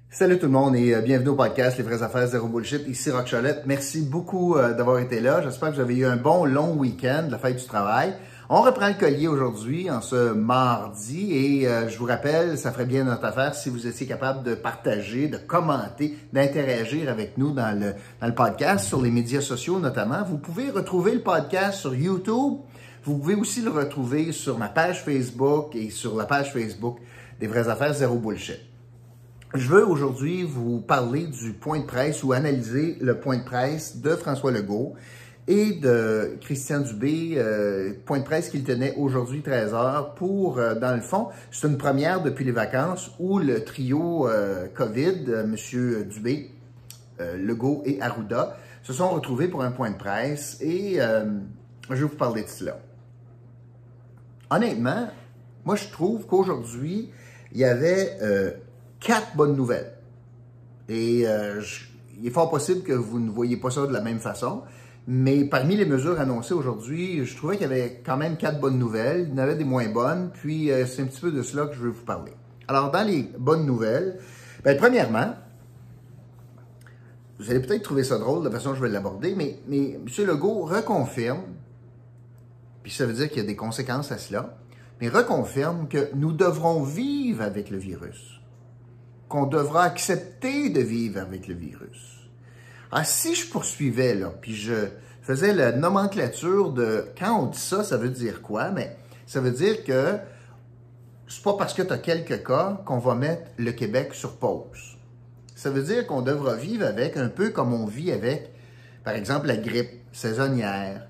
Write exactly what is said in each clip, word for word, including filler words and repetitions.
Salut tout le monde et bienvenue au podcast Les vraies affaires zéro bullshit. Ici Roch Cholette. Merci beaucoup d'avoir été là. J'espère que vous avez eu un bon long week-end, la fête du travail. On reprend le collier aujourd'hui, en ce mardi, et euh, je vous rappelle, ça ferait bien notre affaire si vous étiez capable de partager, de commenter, d'interagir avec nous dans le, dans le podcast, sur les médias sociaux notamment. Vous pouvez retrouver le podcast sur YouTube. Vous pouvez aussi le retrouver sur ma page Facebook et sur la page Facebook des vraies affaires zéro bullshit. Je veux aujourd'hui vous parler du point de presse ou analyser le point de presse de François Legault et de Christian Dubé, euh, point de presse qu'il tenait aujourd'hui treize heures pour, euh, dans le fond, c'est une première depuis les vacances où le trio euh, COVID, euh, M. Dubé, euh, Legault et Arruda, se sont retrouvés pour un point de presse et euh, je vais vous parler de cela. Honnêtement, moi je trouve qu'aujourd'hui, il y avait euh, quatre bonnes nouvelles. Et euh, je, il est fort possible que vous ne voyez pas ça de la même façon, mais parmi les mesures annoncées aujourd'hui, je trouvais qu'il y avait quand même quatre bonnes nouvelles. Il y en avait des moins bonnes, puis euh, c'est un petit peu de cela que je veux vous parler. Alors, dans les bonnes nouvelles, bien, premièrement, vous allez peut-être trouver ça drôle de la façon dont je vais l'aborder, mais, mais M. Legault reconfirme, puis ça veut dire qu'il y a des conséquences à cela, mais reconfirme que nous devrons vivre avec le virus, qu'on devra accepter de vivre avec le virus. Alors, si je poursuivais, là, puis je faisais la nomenclature de quand on dit ça, ça veut dire quoi? Mais ça veut dire que c'est pas parce que tu as quelques cas qu'on va mettre le Québec sur pause. Ça veut dire qu'on devra vivre avec un peu comme on vit avec, par exemple, la grippe saisonnière.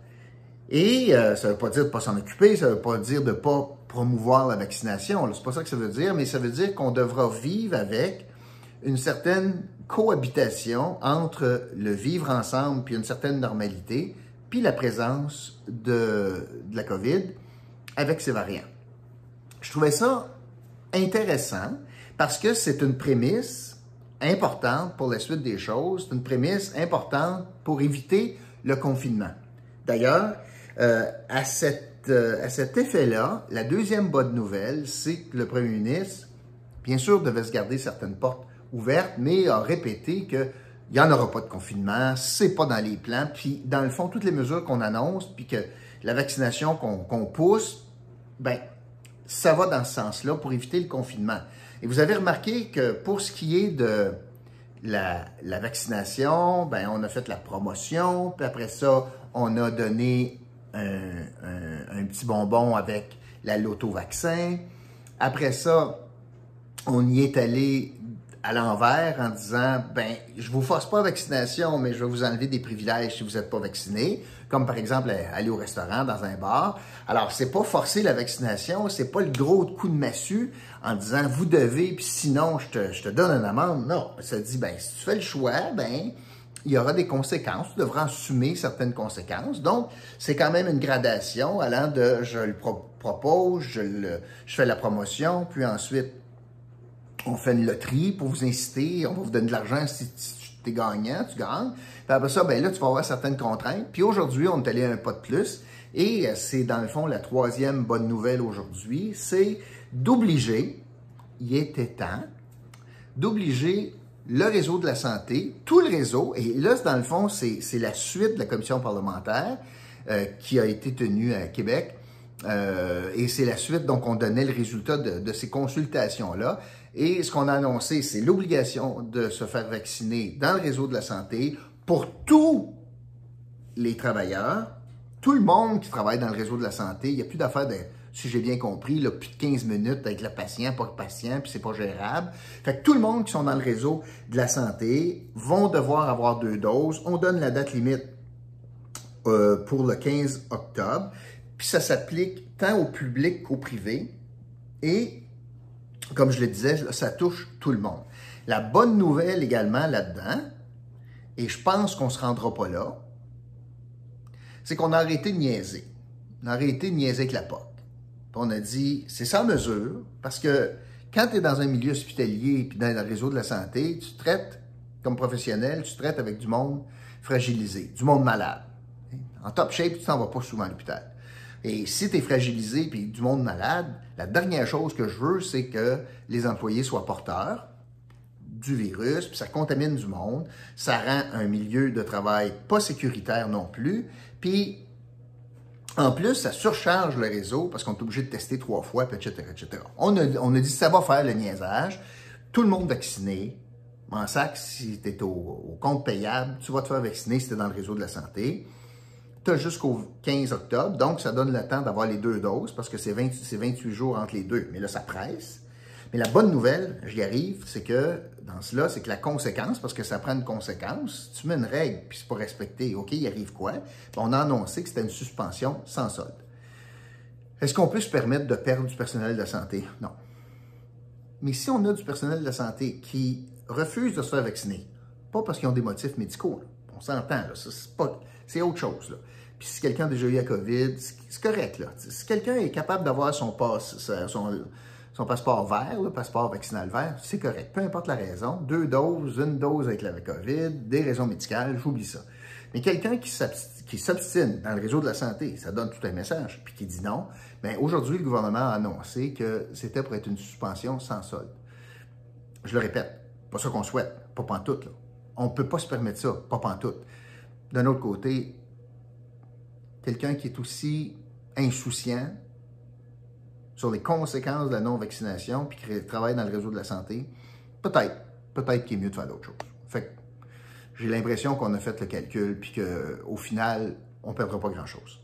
Et euh, ça ne veut pas dire de ne pas s'en occuper, ça ne veut pas dire de ne pas promouvoir la vaccination. C'est pas ça que ça veut dire, mais ça veut dire qu'on devra vivre avec une certaine cohabitation entre le vivre ensemble puis une certaine normalité, puis la présence de, de la COVID avec ses variants. Je trouvais ça intéressant parce que c'est une prémisse importante pour la suite des choses, c'est une prémisse importante pour éviter le confinement. D'ailleurs, euh, à, cette, euh, à cet effet-là, la deuxième bonne nouvelle, c'est que le premier ministre, bien sûr, devait se garder certaines portes ouvertes, mais a répété qu'il n'y en aura pas de confinement, c'est pas dans les plans, puis dans le fond, toutes les mesures qu'on annonce, puis que la vaccination qu'on qu'on pousse, ben ça va dans ce sens-là pour éviter le confinement. Et vous avez remarqué que pour ce qui est de la, la vaccination, ben on a fait la promotion, puis après ça, on a donné un, un, un petit bonbon avec la loto-vaccin. Après ça, on y est allé à l'envers en disant, ben, je vous force pas à vaccination, mais je vais vous enlever des privilèges si vous n'êtes pas vacciné, comme par exemple aller au restaurant, dans un bar. Alors, c'est pas forcer la vaccination, c'est pas le gros coup de massue en disant, vous devez, puis sinon, je te, je te donne une amende. Non, ça dit, ben, si tu fais le choix, ben, il y aura des conséquences, tu devras assumer certaines conséquences. Donc, c'est quand même une gradation allant de, je le pro propose, je, le, je fais la promotion, puis ensuite, on fait une loterie pour vous inciter, on va vous donner de l'argent si tu es gagnant, tu gagnes. Puis après ça, ben là, tu vas avoir certaines contraintes. Puis aujourd'hui, on est allé à un pas de plus. Et c'est dans le fond la troisième bonne nouvelle aujourd'hui, c'est d'obliger, il était temps, d'obliger le réseau de la santé, tout le réseau, et là, dans le fond, c'est la suite de la commission parlementaire euh, qui a été tenue à Québec. Euh, et c'est la suite, donc on donnait le résultat de, de ces consultations-là. Et ce qu'on a annoncé, c'est l'obligation de se faire vacciner dans le réseau de la santé pour tous les travailleurs, tout le monde qui travaille dans le réseau de la santé. Il n'y a plus d'affaire de, si j'ai bien compris, là, plus de quinze minutes avec le patient, pas le patient, puis c'est pas gérable. Fait que tout le monde qui sont dans le réseau de la santé vont devoir avoir deux doses. On donne la date limite euh, pour le quinze octobre. Puis ça s'applique tant au public qu'au privé. Et, comme je le disais, ça touche tout le monde. La bonne nouvelle également là-dedans, et je pense qu'on ne se rendra pas là, c'est qu'on a arrêté de niaiser. On a arrêté de niaiser avec la P O C. Puis on a dit, c'est sans mesure, parce que quand tu es dans un milieu hospitalier puis dans le réseau de la santé, tu traites comme professionnel, tu traites avec du monde fragilisé, du monde malade. En top shape, tu t'en vas pas souvent à l'hôpital. Et si tu es fragilisé puis du monde malade, la dernière chose que je veux, c'est que les employés soient porteurs du virus, puis ça contamine du monde, ça rend un milieu de travail pas sécuritaire non plus, puis en plus, ça surcharge le réseau parce qu'on est obligé de tester trois fois, et cetera, et cetera. On a, on a dit ça va faire le niaisage, tout le monde vacciné, en sac, si tu es au, au compte payable, tu vas te faire vacciner si tu es dans le réseau de la santé. Tu as jusqu'au quinze octobre, donc ça donne le temps d'avoir les deux doses parce que c'est vingt-huit jours entre les deux. Mais là, ça presse. Mais la bonne nouvelle, j'y arrive, c'est que dans cela, c'est que la conséquence, parce que ça prend une conséquence, tu mets une règle, puis c'est pas respecté. OK, il arrive quoi? On a annoncé que c'était une suspension sans solde. Est-ce qu'on peut se permettre de perdre du personnel de la santé? Non. Mais si on a du personnel de la santé qui refuse de se faire vacciner, pas parce qu'ils ont des motifs médicaux, là. On s'entend, c'est autre chose. Là. Puis si quelqu'un a déjà eu la COVID, c'est correct. Là. Si quelqu'un est capable d'avoir son, passe, son, son passeport vert, le passeport vaccinal vert, c'est correct. Peu importe la raison, deux doses, une dose avec la COVID, des raisons médicales, j'oublie ça. Mais quelqu'un qui s'obstine dans le réseau de la santé, ça donne tout un message, puis qui dit non, bien aujourd'hui, le gouvernement a annoncé que c'était pour être une suspension sans solde. Je le répète, pas ça qu'on souhaite, pas pantoute, là. On ne peut pas se permettre ça, pas pantoute. D'un autre côté, quelqu'un qui est aussi insouciant sur les conséquences de la non-vaccination puis qui travaille dans le réseau de la santé, peut-être, peut-être qu'il est mieux de faire d'autres choses. Fait que j'ai l'impression qu'on a fait le calcul puis qu'au final, on ne perdra pas grand-chose.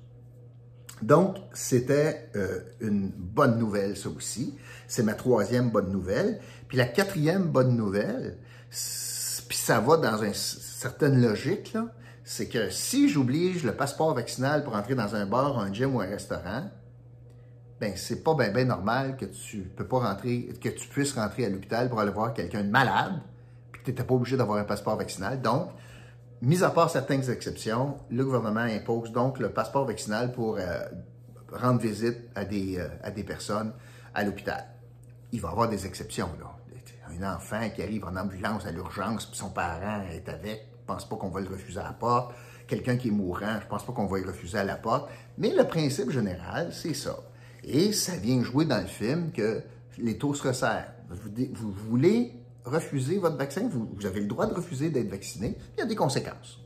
Donc, c'était euh, une bonne nouvelle, ça aussi. C'est ma troisième bonne nouvelle. Puis la quatrième bonne nouvelle, puis ça va dans une certaine logique, c'est que si j'oblige le passeport vaccinal pour entrer dans un bar, un gym ou un restaurant, ben c'est pas bien ben normal que tu peux pas rentrer, que tu puisses rentrer à l'hôpital pour aller voir quelqu'un de malade, puis que tu n'étais pas obligé d'avoir un passeport vaccinal. Donc, mis à part certaines exceptions, le gouvernement impose donc le passeport vaccinal pour euh, rendre visite à des, euh, à des personnes à l'hôpital. Il va y avoir des exceptions, là. Un enfant qui arrive en ambulance à l'urgence, puis son parent est avec, je ne pense pas qu'on va le refuser à la porte. Quelqu'un qui est mourant, je ne pense pas qu'on va le refuser à la porte. Mais le principe général, c'est ça. Et ça vient jouer dans le film que les taux se resserrent. Vous, vous voulez refuser votre vaccin, vous, vous avez le droit de refuser d'être vacciné, il y a des conséquences.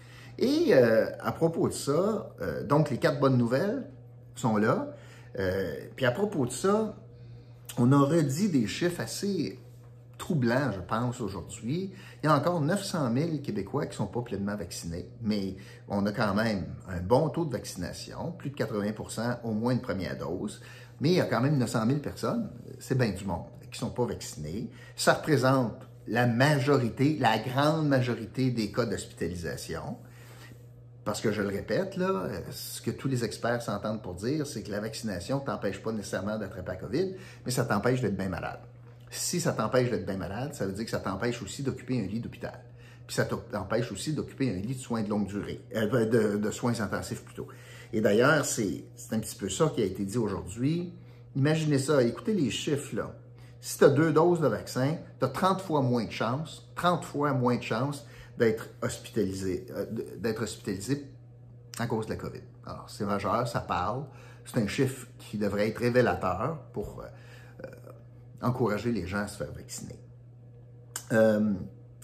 Et euh, à propos de ça, euh, donc les quatre bonnes nouvelles sont là. Euh, puis à propos de ça, on a redit des chiffres assez troublant, je pense, aujourd'hui. Il y a encore neuf cent mille Québécois qui ne sont pas pleinement vaccinés, mais on a quand même un bon taux de vaccination, plus de quatre-vingts pour cent au moins une première dose, mais il y a quand même neuf cent mille personnes, c'est bien du monde, qui ne sont pas vaccinées. Ça représente la majorité, la grande majorité des cas d'hospitalisation. Parce que je le répète, là, ce que tous les experts s'entendent pour dire, c'est que la vaccination ne t'empêche pas nécessairement d'attraper la COVID, mais ça t'empêche d'être bien malade. Si ça t'empêche d'être bien malade, ça veut dire que ça t'empêche aussi d'occuper un lit d'hôpital. Puis ça t'empêche aussi d'occuper un lit de soins de longue durée, euh, de, de soins intensifs plutôt. Et d'ailleurs, c'est un petit peu ça qui a été dit aujourd'hui. Imaginez ça, écoutez les chiffres, là. Si tu as deux doses de vaccin, tu as trente fois moins de chances, trente fois moins de chances d'être hospitalisé, euh, d'être hospitalisé à cause de la COVID. Alors, c'est majeur, ça parle. C'est un chiffre qui devrait être révélateur pour euh, encourager les gens à se faire vacciner. Euh,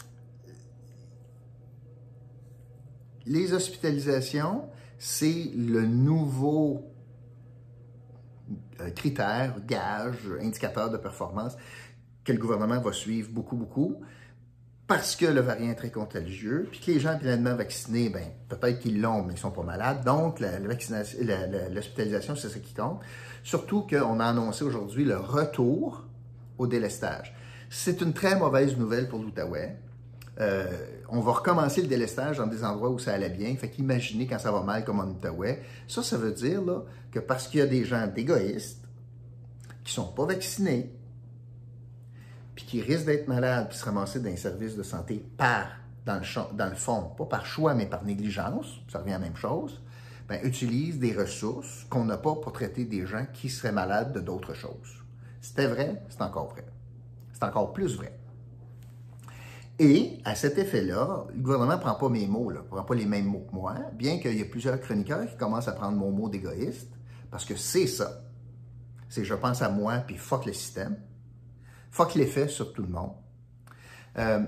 les hospitalisations, c'est le nouveau euh, critère, gage, indicateur de performance que le gouvernement va suivre beaucoup, beaucoup, parce que le variant est très contagieux, puis que les gens pleinement vaccinés, ben, peut-être qu'ils l'ont, mais ils ne sont pas malades. Donc, l'hospitalisation, c'est ce qui compte. Surtout qu'on a annoncé aujourd'hui le retour au délestage. C'est une très mauvaise nouvelle pour l'Outaouais. Euh, on va recommencer le délestage dans des endroits où ça allait bien. Fait qu'imaginez quand ça va mal comme en Outaouais. Ça, ça veut dire là, que parce qu'il y a des gens égoïstes qui ne sont pas vaccinés, puis qui risquent d'être malades, puis se ramasser dans les services de santé par, dans le, champ, dans le fond, pas par choix, mais par négligence, ça revient à la même chose, bien, utilisent des ressources qu'on n'a pas pour traiter des gens qui seraient malades de d'autres choses. C'était vrai, c'est encore vrai. C'est encore plus vrai. Et, à cet effet-là, le gouvernement ne prend pas mes mots, ne prend pas les mêmes mots que moi, bien qu'il y ait plusieurs chroniqueurs qui commencent à prendre mon mot d'égoïste, parce que c'est ça. C'est je pense à moi, puis fuck le système. Fuck l'effet sur tout le monde. Euh,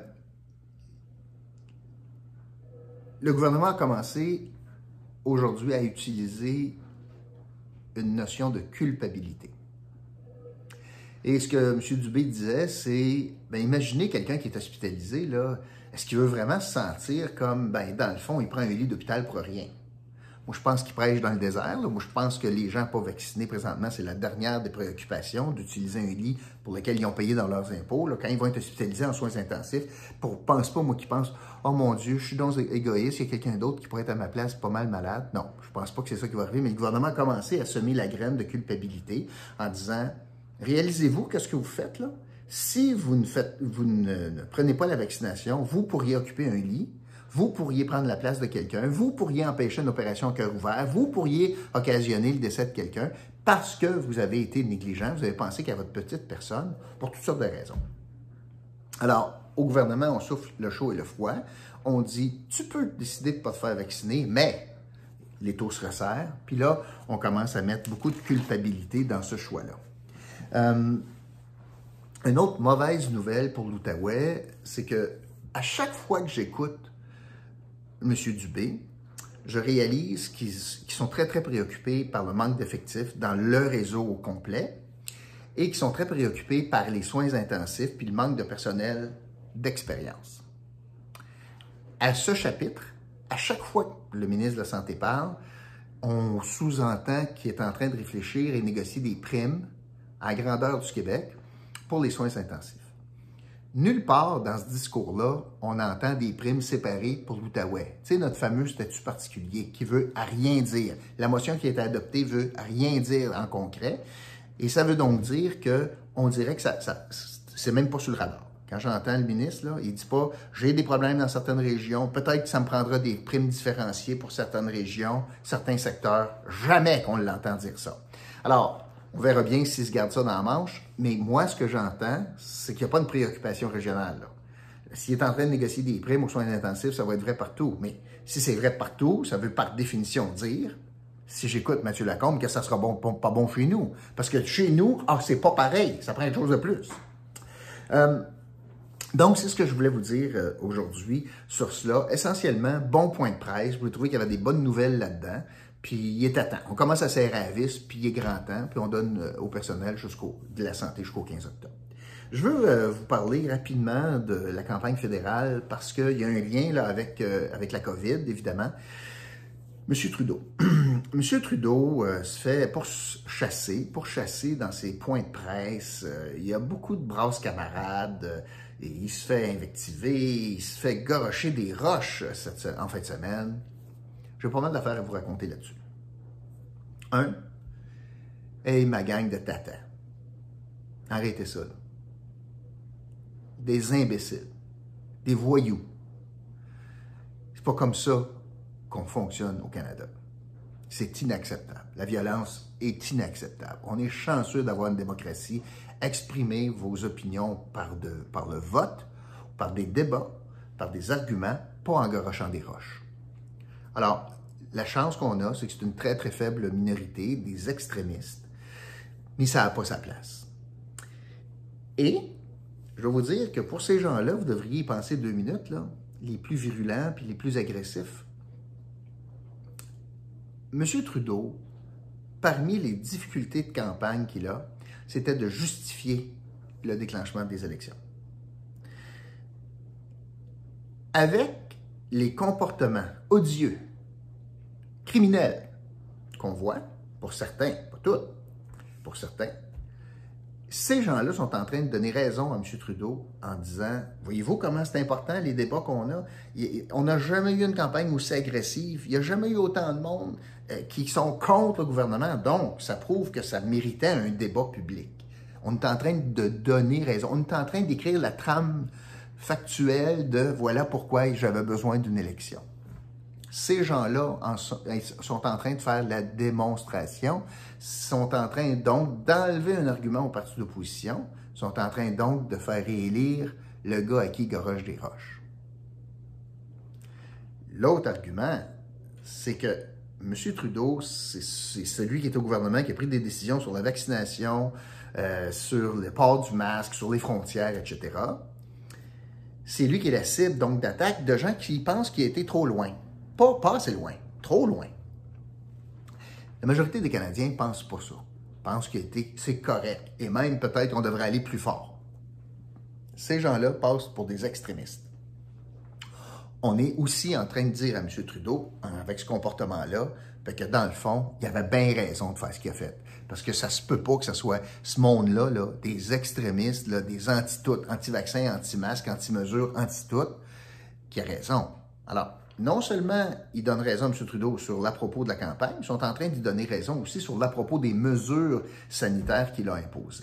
le gouvernement a commencé aujourd'hui à utiliser une notion de culpabilité. Et ce que M. Dubé disait, c'est, ben, imaginez quelqu'un qui est hospitalisé, là, est-ce qu'il veut vraiment se sentir comme, ben, dans le fond, il prend un lit d'hôpital pour rien? Moi, je pense qu'il prêche dans le désert. Là. Moi, je pense que les gens pas vaccinés présentement, c'est la dernière des préoccupations d'utiliser un lit pour lequel ils ont payé dans leurs impôts. Là, quand ils vont être hospitalisés en soins intensifs, pour, pense pas, moi, qui pense, oh mon Dieu, je suis donc égoïste, il y a quelqu'un d'autre qui pourrait être à ma place pas mal malade. Non, je pense pas que c'est ça qui va arriver, mais le gouvernement a commencé à semer la graine de culpabilité en disant, réalisez-vous qu'est-ce que vous faites là? Si vous ne, faites, vous ne, ne prenez pas la vaccination, vous pourriez occuper un lit. Vous pourriez prendre la place de quelqu'un, vous pourriez empêcher une opération à cœur ouvert, vous pourriez occasionner le décès de quelqu'un parce que vous avez été négligent, vous avez pensé qu'à votre petite personne pour toutes sortes de raisons. Alors, au gouvernement, on souffle le chaud et le froid. On dit, tu peux décider de ne pas te faire vacciner, mais les taux se resserrent. Puis là, on commence à mettre beaucoup de culpabilité dans ce choix-là. Euh, une autre mauvaise nouvelle pour l'Outaouais, c'est que à chaque fois que j'écoute M. Dubé, je réalise qu'ils qu'ils sont très, très préoccupés par le manque d'effectifs dans le réseau au complet et qu'ils sont très préoccupés par les soins intensifs puis le manque de personnel d'expérience. À ce chapitre, à chaque fois que le ministre de la Santé parle, on sous-entend qu'il est en train de réfléchir et négocier des primes à la grandeur du Québec pour les soins intensifs. Nulle part dans ce discours-là, on entend des primes séparées pour l'Outaouais. Tu sais, notre fameux statut particulier qui veut rien dire. La motion qui a été adoptée veut rien dire en concret. Et ça veut donc dire qu'on dirait que ça, ça c'est même pas sur le radar. Quand j'entends le ministre, là, il dit pas « j'ai des problèmes dans certaines régions, peut-être que ça me prendra des primes différenciées pour certaines régions, certains secteurs. » Jamais qu'on l'entend dire ça. Alors, on verra bien s'il se garde ça dans la manche, mais moi, ce que j'entends, c'est qu'il n'y a pas de préoccupation régionale. S'il est en train de négocier des primes aux soins intensifs, ça va être vrai partout. Mais si c'est vrai partout, ça veut par définition dire, si j'écoute Mathieu Lacombe, que ça sera bon, pas bon chez nous. Parce que chez nous, ah, c'est pas pareil, ça prend une chose de plus. Euh, donc, c'est ce que je voulais vous dire euh, aujourd'hui sur cela. Essentiellement, bon point de presse. Vous trouvez qu'il y avait des bonnes nouvelles là-dedans. Puis il est à temps. On commence à serrer à la vis, puis il est grand temps, puis on donne euh, au personnel jusqu'au de la santé jusqu'au quinze octobre. Je veux euh, vous parler rapidement de la campagne fédérale parce qu'il y a un lien là, avec, euh, avec la COVID, évidemment. Monsieur Trudeau. Monsieur Trudeau euh, se fait pour chasser, pour chasser dans ses points de presse. Euh, il y a beaucoup de brasses camarades. Euh, et il se fait invectiver, il se fait gorocher des roches cette, en fin de semaine. J'ai pas mal d'affaires à vous raconter là-dessus. Un, hey, ma gang de tata. Arrêtez ça, là. Des imbéciles, des voyous. C'est pas comme ça qu'on fonctionne au Canada. C'est inacceptable. La violence est inacceptable. On est chanceux d'avoir une démocratie. Exprimez vos opinions par, de, par le vote, par des débats, par des arguments, pas en gorochant des roches. Alors, la chance qu'on a, c'est que c'est une très, très faible minorité, des extrémistes, mais ça n'a pas sa place. Et, je vais vous dire que pour ces gens-là, vous devriez y penser deux minutes, là, les plus virulents puis les plus agressifs. M. Trudeau, parmi les difficultés de campagne qu'il a, c'était de justifier le déclenchement des élections. Avec les comportements odieux, criminels qu'on voit, pour certains, pas tous, pour certains, ces gens-là sont en train de donner raison à M. Trudeau en disant, voyez-vous comment c'est important les débats qu'on a? On n'a jamais eu une campagne aussi agressive, il n'y a jamais eu autant de monde euh, qui sont contre le gouvernement, donc ça prouve que ça méritait un débat public. On est en train de donner raison, on est en train d'écrire la trame factuelle de voilà pourquoi j'avais besoin d'une élection. Ces gens-là en sont, sont en train de faire la démonstration, sont en train donc d'enlever un argument au parti d'opposition, sont en train donc de faire réélire le gars à qui il goroche des roches. L'autre argument, c'est que M. Trudeau, c'est celui qui est au gouvernement, qui a pris des décisions sur la vaccination, euh, sur le port du masque, sur les frontières, et cetera. c'est lui qui est la cible donc d'attaque de gens qui pensent qu'il a été trop loin. Pas, pas assez loin, trop loin. La majorité des Canadiens ne pensent pas ça. Pensent que c'est correct. Et même peut-être qu'on devrait aller plus fort. Ces gens-là passent pour des extrémistes. On est aussi en train de dire à M. Trudeau, avec ce comportement-là, que dans le fond, il avait bien raison de faire ce qu'il a fait. Parce que ça ne se peut pas que ce soit ce monde-là, là, des extrémistes, là, des anti-tout, anti-vaccins, anti-masques, anti-mesures, anti-tout, qui a raison. Alors, non seulement ils donnent raison à M. Trudeau sur l'à propos de la campagne, ils sont en train d'y donner raison aussi sur l'à propos des mesures sanitaires qu'il a imposées.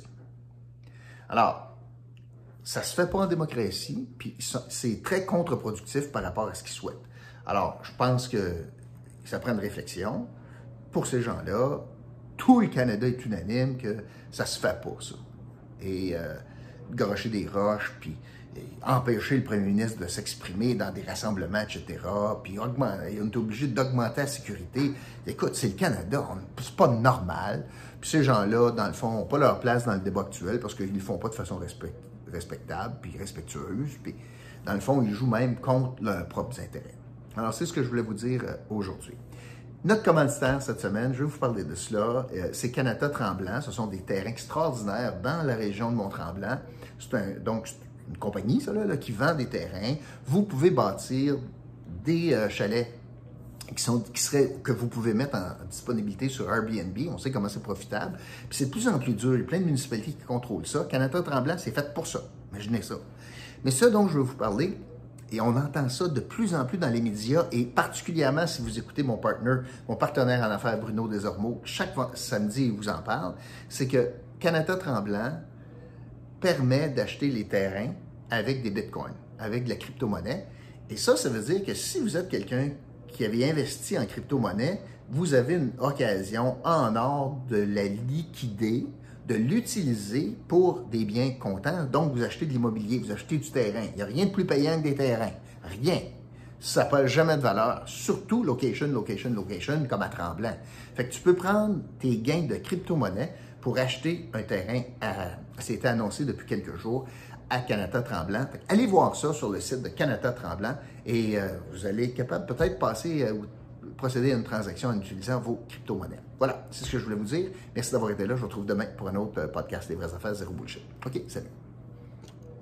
Alors, ça ne se fait pas en démocratie, puis c'est très contre-productif par rapport à ce qu'ils souhaitent. Alors, je pense que ça prend une réflexion. Pour ces gens-là, tout le Canada est unanime que ça ne se fait pas, ça. Et euh, garocher des roches, puis empêcher le premier ministre de s'exprimer dans des rassemblements, et cetera, puis on est obligé d'augmenter la sécurité. Écoute, c'est le Canada, c'est pas normal. Puis ces gens-là, dans le fond, n'ont pas leur place dans le débat actuel parce qu'ils ne le font pas de façon respect, respectable, puis respectueuse, puis dans le fond, ils jouent même contre leurs propres intérêts. Alors, c'est ce que je voulais vous dire aujourd'hui. Notre commanditaire cette semaine, je vais vous parler de cela, c'est Kanata Tremblant. Ce sont des terrains extraordinaires dans la région de Mont-Tremblant. C'est un, donc une compagnie, ça, là, là, qui vend des terrains. Vous pouvez bâtir des euh, chalets qui, sont, qui seraient, que vous pouvez mettre en disponibilité sur Airbnb. On sait comment c'est profitable. Puis c'est de plus en plus dur. Il y a plein de municipalités qui contrôlent ça. Kanata Tremblant, c'est fait pour ça. Imaginez ça. Mais ce dont je veux vous parler, et on entend ça de plus en plus dans les médias, et particulièrement si vous écoutez mon partner, mon partenaire en affaires Bruno Desormeaux, chaque samedi, il vous en parle, c'est que Kanata Tremblant permet d'acheter les terrains avec des bitcoins, avec de la crypto-monnaie. Et ça, ça veut dire que si vous êtes quelqu'un qui avait investi en crypto-monnaie, vous avez une occasion en or de la liquider, de l'utiliser pour des biens comptants. Donc, vous achetez de l'immobilier, vous achetez du terrain. Il n'y a rien de plus payant que des terrains. Rien. Ça ne perd jamais de valeur. Surtout location, location, location, comme à Tremblant. Fait que tu peux prendre tes gains de crypto-monnaie pour acheter un terrain. C'était annoncé depuis quelques jours à Kanata Tremblant. Fait que allez voir ça sur le site de Kanata Tremblant et euh, vous allez être capable peut-être passer euh, procéder à une transaction en utilisant vos crypto-monnaies. Voilà, c'est ce que je voulais vous dire. Merci d'avoir été là. Je vous retrouve demain pour un autre podcast des vraies affaires, zéro bullshit. OK, salut.